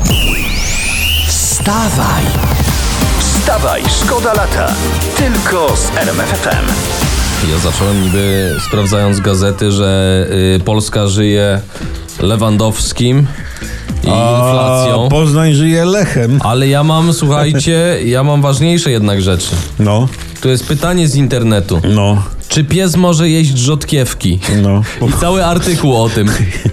Wstawaj! Wstawaj, szkoda lata. Tylko z RMF FM. Ja zacząłem niby sprawdzając gazety, że Polska żyje Lewandowskim i inflacją. Poznań żyje Lechem. Ale ja mam, słuchajcie, ważniejsze jednak rzeczy. No. Tu jest pytanie z internetu. No. Czy pies może jeść rzodkiewki? No. I cały artykuł o tym.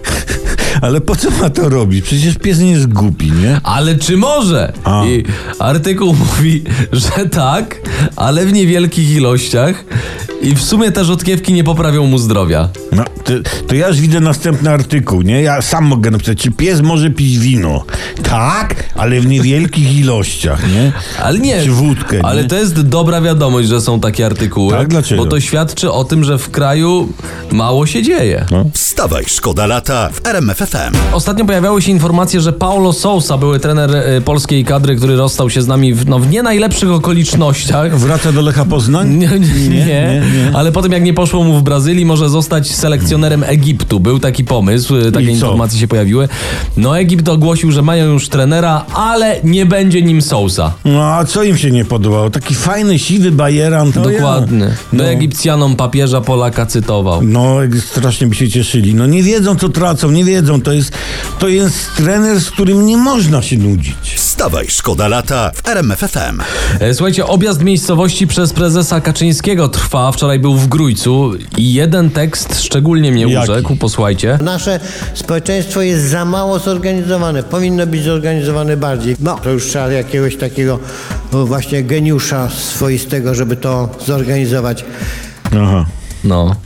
Ale po co ma to robić? Przecież pies nie jest głupi, nie? Ale czy może? I artykuł mówi, że tak, ale w niewielkich ilościach i w sumie te rzodkiewki nie poprawią mu zdrowia. No, to ja już widzę następny artykuł, nie? Ja sam mogę napisać, czy pies może pić wino? Tak, ale w niewielkich ilościach, nie? Ale nie. Czy wódkę, ale nie? to jest dobra wiadomość, że są takie artykuły. Tak, dlaczego? Bo to świadczy o tym, że w kraju mało się dzieje. No. Wstawaj, szkoda lata w RMF FM. Ostatnio pojawiały się informacje, że Paulo Sousa, były trener polskiej kadry, który rozstał się z nami w nie najlepszych okolicznościach. Wraca do Lecha Poznań? Nie. Ale potem jak nie poszło mu w Brazylii, może zostać selekcjonerem Egiptu. Był taki pomysł, takie informacje się pojawiły. No Egipt ogłosił, że mają już trenera, ale nie będzie nim Sousa. No a co im się nie podobało? Taki fajny, siwy bajeran. Dokładnie. Ja. No. Egipcjanom papieża Polaka cytował. No, strasznie by się cieszyli. No nie wiedzą, co tracą, nie wiedzą. To jest trener, z którym nie można się nudzić. Wstawaj, szkoda lata w RMF FM. Słuchajcie, objazd miejscowości przez prezesa Kaczyńskiego trwa. Wczoraj był w Grójcu i jeden tekst szczególnie mnie urzekł. Posłuchajcie. Nasze społeczeństwo jest za mało zorganizowane. Powinno być zorganizowane bardziej. No, to już trzeba jakiegoś takiego właśnie geniusza swoistego, żeby to zorganizować. Aha. No,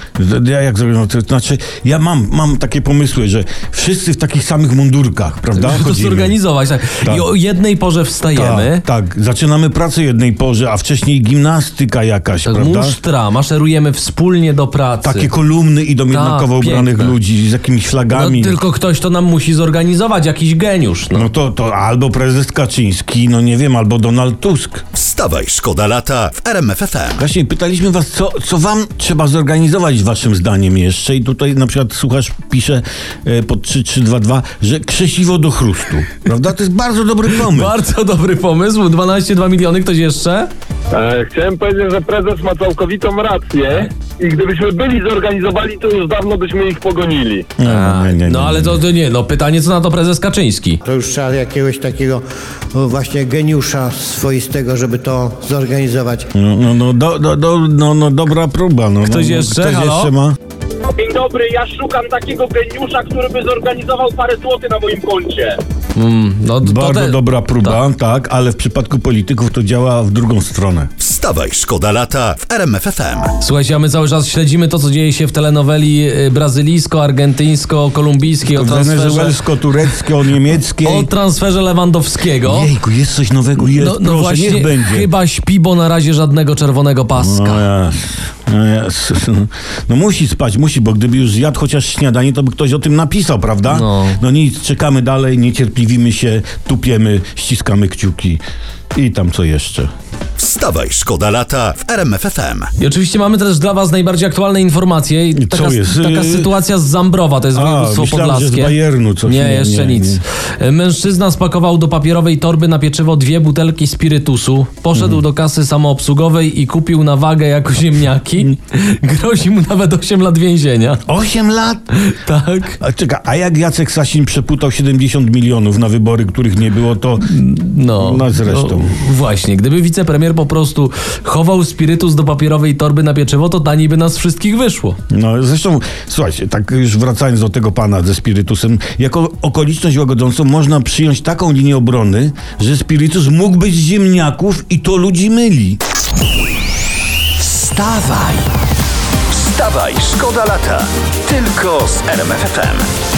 ja jak zrobię, to znaczy, ja mam takie pomysły, że wszyscy w takich samych mundurkach, prawda? Żeby to chodzimy. zorganizować, tak. I o jednej porze wstajemy. Tak, zaczynamy pracę o jednej porze, a wcześniej gimnastyka jakaś, Tak, prawda? musztra, maszerujemy wspólnie do pracy. Takie kolumny idą jednakowo ubranych piękne. ludzi z jakimiś flagami. No tylko ktoś to nam musi zorganizować, jakiś geniusz. No. No to albo prezes Kaczyński, no nie wiem, albo Donald Tusk. Wstawaj, szkoda lata w RMF FM. Właśnie pytaliśmy was, co wam trzeba zorganizować waszym zdaniem jeszcze i tutaj na przykład słuchacz pisze pod 3322, że krzesiwo do chrustu, prawda? To jest bardzo dobry pomysł. Bardzo dobry pomysł. 12,2 miliony. Ktoś jeszcze? Chciałem powiedzieć, że prezes ma całkowitą rację i gdybyśmy byli zorganizowani, to już dawno byśmy ich pogonili. Nie. No ale to nie, no pytanie, co na to prezes Kaczyński? To już trzeba jakiegoś takiego właśnie geniusza swoistego, żeby to zorganizować. Dobra próba. Ktoś jeszcze? Ktoś Halo? jeszcze ma? Dzień dobry, ja szukam takiego geniusza, który by zorganizował parę złotych na moim koncie. Bardzo dobra próba, tak, ale w przypadku polityków to działa w drugą stronę. Wstawaj, szkoda lata w RMF FM. Słuchajcie, a my cały czas śledzimy to, co dzieje się w telenoweli brazylijsko-argentyńsko-kolumbijskiej o transferze... Wenezuelsko-turecko-niemieckiej. O transferze Lewandowskiego. Jejku, jest coś nowego, proszę, właśnie, niech będzie. Chyba śpi, bo na razie żadnego czerwonego paska. No musi spać, bo gdyby już zjadł chociaż śniadanie, to by ktoś o tym napisał, prawda? No nic, czekamy dalej, niecierpliwimy się, tupiemy, ściskamy kciuki i tam co jeszcze. Wstawaj, szkoda lata w RMF FM. I oczywiście mamy też dla was najbardziej aktualne informacje. Taka sytuacja z Zambrowa, to jest województwo podlaskie. Że z Bayernu coś. Nie, jeszcze nic. Mężczyzna spakował do papierowej torby na pieczywo 2 butelki spirytusu, poszedł do kasy samoobsługowej i kupił na wagę jako ziemniaki. Grozi mu nawet 8 lat więzienia. 8 lat? Tak. A jak Jacek Sasin przeputał 70 milionów na wybory, których nie było, to zresztą. Właśnie, gdyby wicepremier po prostu chował spirytus do papierowej torby na pieczywo, to taniej by nas wszystkich wyszło. No zresztą, słuchajcie, tak już wracając do tego pana ze spirytusem, jako okoliczność łagodzącą można przyjąć taką linię obrony, że spirytus mógł być z ziemniaków i to ludzi myli. Wstawaj, szkoda lata. Tylko z RMF FM.